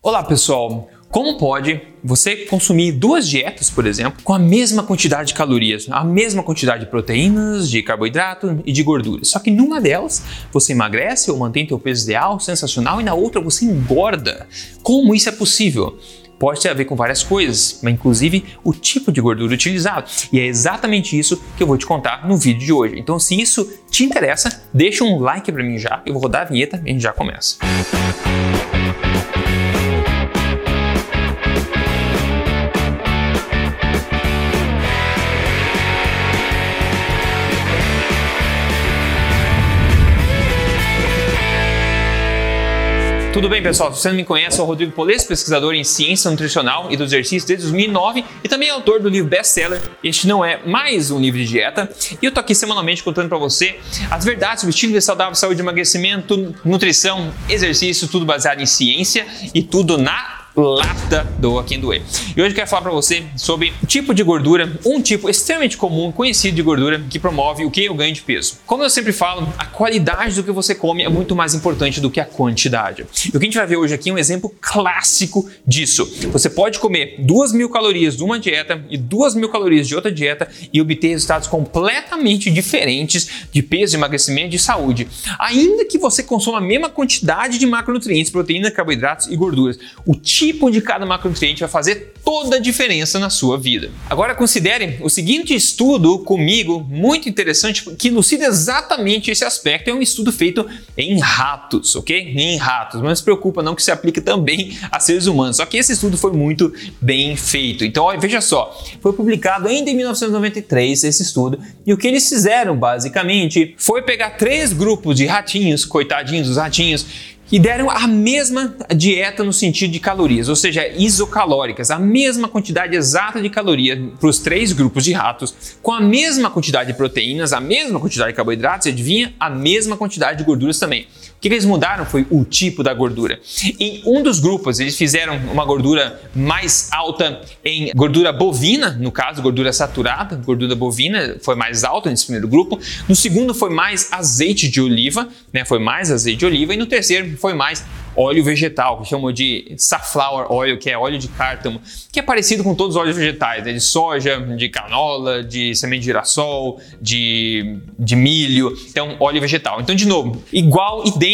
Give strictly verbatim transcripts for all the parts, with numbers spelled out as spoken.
Olá pessoal, como pode você consumir duas dietas, por exemplo, com a mesma quantidade de calorias, a mesma quantidade de proteínas, de carboidrato e de gordura, só que numa delas você emagrece ou mantém seu peso ideal, sensacional, e na outra você engorda? Como isso é possível? Pode ter a ver com várias coisas, mas inclusive o tipo de gordura utilizado. E é exatamente isso que eu vou te contar no vídeo de hoje. Então, se isso te interessa, deixa um like para mim já. Eu vou rodar a vinheta e a gente já começa. Tudo bem, pessoal? Se você não me conhece, eu sou o Rodrigo Polesso, pesquisador em ciência nutricional e do exercício desde dois mil e nove e também autor do livro best-seller Este Não É Mais Um Livro de Dieta. E eu tô aqui semanalmente contando para você as verdades sobre estilo de vida saudável, saúde, emagrecimento, nutrição, exercício, tudo baseado em ciência e tudo na lata do Quem Doer. E hoje eu quero falar para você sobre o tipo de gordura, um tipo extremamente comum, conhecido de gordura, que promove o que? O ganho de peso. Como eu sempre falo, a qualidade do que você come é muito mais importante do que a quantidade. E o que a gente vai ver hoje aqui é um exemplo clássico disso. Você pode comer duas mil calorias de uma dieta e duas mil calorias de outra dieta e obter resultados completamente diferentes de peso, de emagrecimento e de saúde. Ainda que você consuma a mesma quantidade de macronutrientes, proteínas, carboidratos e gorduras. O tipo de cada macronutriente vai fazer toda a diferença na sua vida. Agora considere o seguinte estudo comigo, muito interessante, que elucida exatamente esse aspecto. É um estudo feito em ratos, ok? Em ratos, mas não se preocupa não que se aplica também a seres humanos. Só que esse estudo foi muito bem feito. Então, olha, veja só, foi publicado ainda em mil novecentos e noventa e três esse estudo, e o que eles fizeram basicamente foi pegar três grupos de ratinhos, coitadinhos dos ratinhos, e deram a mesma dieta no sentido de calorias, ou seja, isocalóricas, a mesma quantidade exata de calorias para os três grupos de ratos, com a mesma quantidade de proteínas, a mesma quantidade de carboidratos, e adivinha, a mesma quantidade de gorduras também. O que eles mudaram foi o tipo da gordura. Em um dos grupos, eles fizeram uma gordura mais alta em gordura bovina, no caso, gordura saturada, gordura bovina foi mais alta nesse primeiro grupo. No segundo foi mais azeite de oliva, né? Foi mais azeite de oliva. E no terceiro foi mais óleo vegetal, que chamam de safflower oil, que é óleo de cártamo, que é parecido com todos os óleos vegetais, né? De soja, de canola, de semente de girassol, de, de milho, então óleo vegetal. Então, de novo, igual, idêntico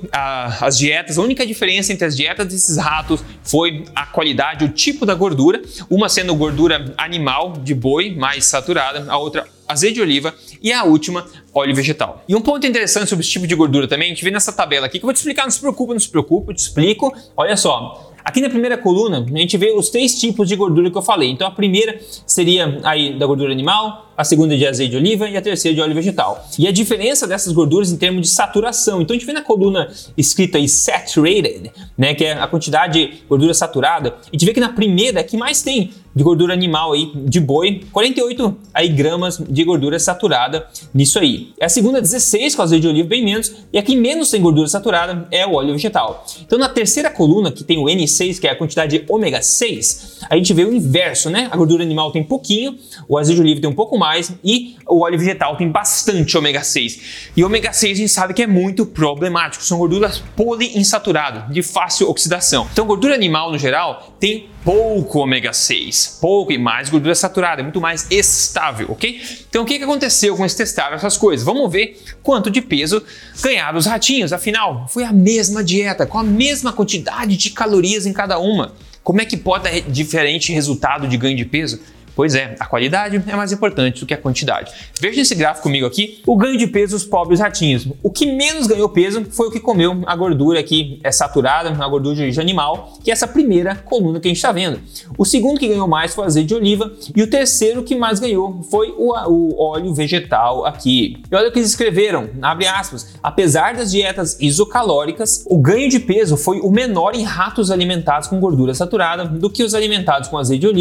às dietas, a única diferença entre as dietas desses ratos foi a qualidade, o tipo da gordura, uma sendo gordura animal, de boi, mais saturada, a outra azeite de oliva e a última, óleo vegetal. E um ponto interessante sobre esse tipo de gordura também, a gente vê nessa tabela aqui, que eu vou te explicar, não se preocupa, não se preocupa, eu te explico. Olha só, aqui na primeira coluna, a gente vê os três tipos de gordura que eu falei. Então a primeira seria aí da gordura animal, a segunda de azeite de oliva e a terceira de óleo vegetal. E a diferença dessas gorduras em termos de saturação. Então a gente vê na coluna escrita aí saturated, né, que é a quantidade de gordura saturada. A gente vê que na primeira é que mais tem de gordura animal aí, de boi, quarenta e oito aí gramas de gordura saturada nisso aí. A segunda, dezesseis, com azeite de oliva, bem menos. E a que menos tem gordura saturada é o óleo vegetal. Então na terceira coluna, que tem o N seis, que é a quantidade de ômega seis, a gente vê o inverso, né? A gordura animal tem pouquinho, o azeite de oliva tem um pouco mais e o óleo vegetal tem bastante ômega seis. E ômega seis a gente sabe que é muito problemático, são gorduras poliinsaturadas, de fácil oxidação. Então gordura animal no geral tem pouco ômega seis, pouco e mais gordura saturada, é muito mais estável, ok? Então o que que aconteceu com eles testaram essas coisas? Vamos ver quanto de peso ganharam os ratinhos, afinal foi a mesma dieta, com a mesma quantidade de calorias em cada uma. Como é que pode dar diferente resultado de ganho de peso? Pois é, a qualidade é mais importante do que a quantidade. Veja esse gráfico comigo aqui, o ganho de peso dos pobres ratinhos. O que menos ganhou peso foi o que comeu a gordura que é saturada, a gordura de origem animal, que é essa primeira coluna que a gente está vendo. O segundo que ganhou mais foi o azeite de oliva e o terceiro que mais ganhou foi o, o óleo vegetal aqui. E olha o que eles escreveram, abre aspas, apesar das dietas isocalóricas, o ganho de peso foi o menor em ratos alimentados com gordura saturada do que os alimentados com azeite de oliva,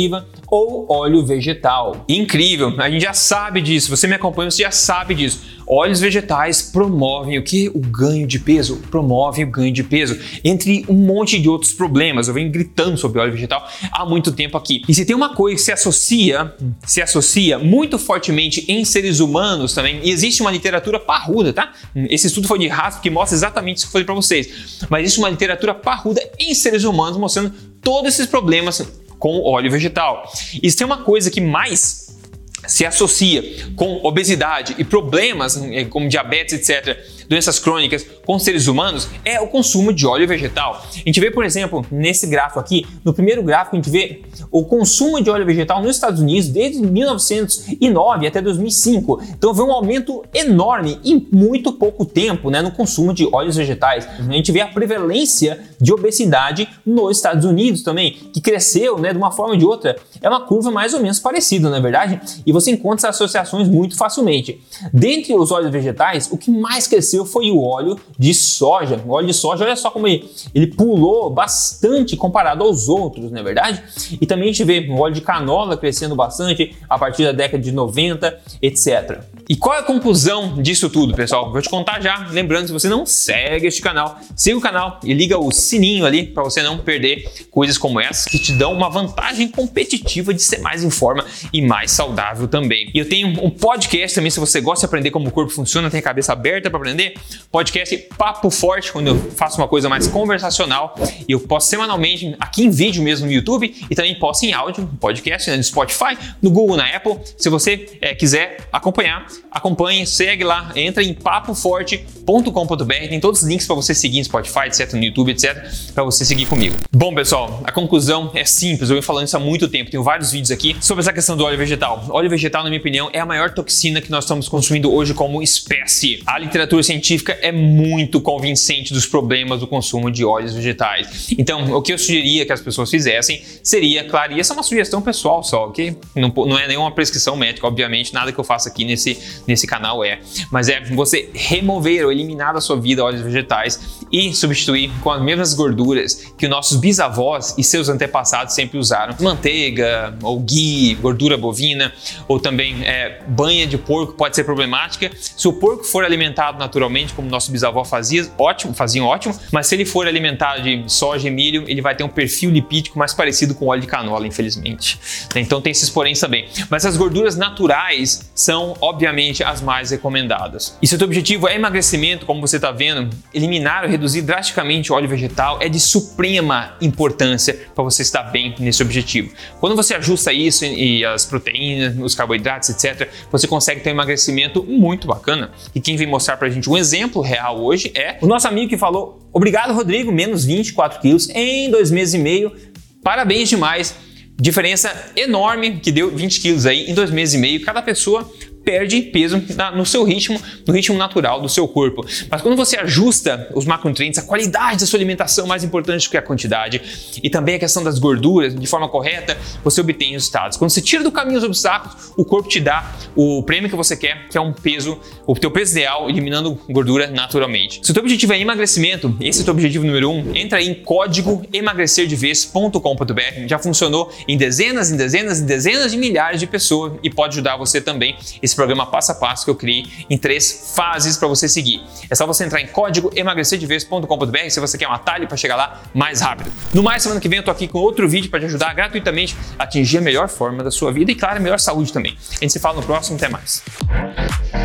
ou óleo vegetal. Incrível, a gente já sabe disso, você me acompanha, você já sabe disso. Óleos vegetais promovem o que? O ganho de peso, promovem o ganho de peso, entre um monte de outros problemas. Eu venho gritando sobre óleo vegetal há muito tempo aqui. E se tem uma coisa que se associa, se associa muito fortemente em seres humanos também, e existe uma literatura parruda, tá? Esse estudo foi de Haas que mostra exatamente isso que eu falei para vocês. Mas existe uma literatura parruda em seres humanos mostrando todos esses problemas com o óleo vegetal. E se tem uma coisa que mais se associa com obesidade e problemas como diabetes, etcétera, doenças crônicas com seres humanos, é o consumo de óleo vegetal. A gente vê, por exemplo, nesse gráfico aqui, no primeiro gráfico a gente vê o consumo de óleo vegetal nos Estados Unidos desde mil novecentos e nove até dois mil e cinco. Então vê um aumento enorme em muito pouco tempo, né, no consumo de óleos vegetais. A gente vê a prevalência de obesidade nos Estados Unidos também, que cresceu, né, de uma forma ou de outra. É uma curva mais ou menos parecida, não é verdade? E você encontra essas associações muito facilmente. Dentre os óleos vegetais, o que mais cresceu foi o óleo de soja. O óleo de soja, olha só como ele, ele pulou bastante comparado aos outros, não é verdade? E também a gente vê o óleo de canola crescendo bastante a partir da década de noventa, etcétera. E qual é a conclusão disso tudo, pessoal? Vou te contar já. Lembrando, se você não segue este canal, siga o canal e liga o sininho ali para você não perder coisas como essas que te dão uma vantagem competitiva de ser mais em forma e mais saudável também. E eu tenho um podcast também, se você gosta de aprender como o corpo funciona, tem a cabeça aberta para aprender, podcast Papo Forte, quando eu faço uma coisa mais conversacional, e eu posto semanalmente aqui em vídeo mesmo no YouTube e também posto em áudio, podcast, né, no Spotify, no Google, na Apple. Se você é, quiser acompanhar, acompanhe, segue lá, entra em papo forte ponto com ponto b r, tem todos os links para você seguir no Spotify, etcétera, no YouTube, etcétera, para você seguir comigo. Bom, pessoal, a conclusão é simples, eu venho falando isso há muito tempo, tenho vários vídeos aqui sobre essa questão do óleo vegetal. O óleo vegetal, na minha opinião, é a maior toxina que nós estamos consumindo hoje como espécie. A literatura científica é muito convincente dos problemas do consumo de óleos vegetais. Então, o que eu sugeria que as pessoas fizessem seria, claro, e essa é uma sugestão pessoal só, ok? Não, não é nenhuma prescrição médica, obviamente, nada que eu faça aqui nesse, nesse canal é. Mas é você remover ou eliminar da sua vida óleos vegetais e substituir com as mesmas gorduras que nossos bisavós e seus antepassados sempre usaram. Manteiga, ou ghee, gordura bovina, ou também é, banha de porco pode ser problemática. Se o porco for alimentado naturalmente, como nosso bisavó fazia, ótimo, faziam ótimo, mas se ele for alimentado de soja e milho, ele vai ter um perfil lipídico mais parecido com óleo de canola, infelizmente. Então tem esses poréns também. Mas as gorduras naturais são, obviamente, as mais recomendadas. E se o teu objetivo é emagrecimento, como você está vendo, eliminar ou reduzir drasticamente o óleo vegetal é de suprema importância para você estar bem nesse objetivo. Quando você ajusta isso e as proteínas, os carboidratos, etcétera, você consegue ter um emagrecimento muito bacana. E quem vem mostrar pra gente um exemplo real hoje é o nosso amigo que falou: obrigado, Rodrigo, menos vinte e quatro quilos em dois meses e meio. Parabéns demais. Diferença enorme que deu vinte quilos aí em dois meses e meio. Cada pessoa perde peso no seu ritmo, no ritmo natural do seu corpo. Mas quando você ajusta os macronutrientes, a qualidade da sua alimentação é mais importante do que a quantidade, e também a questão das gorduras, de forma correta, você obtém resultados. Quando você tira do caminho os obstáculos, o corpo te dá o prêmio que você quer, que é um peso, o teu peso ideal, eliminando gordura naturalmente. Se o teu objetivo é emagrecimento, esse é o teu objetivo número um, entra aí em código emagrecer de vez ponto com ponto b r. Já funcionou em dezenas, em dezenas, em dezenas de milhares de pessoas e pode ajudar você também. Esse programa passo a passo que eu criei em três fases para você seguir. É só você entrar em código emagrecer de vez ponto com ponto b r se você quer um atalho para chegar lá mais rápido. No mais, semana que vem eu tô aqui com outro vídeo para te ajudar gratuitamente a atingir a melhor forma da sua vida e, claro, a melhor saúde também. A gente se fala no próximo, até mais.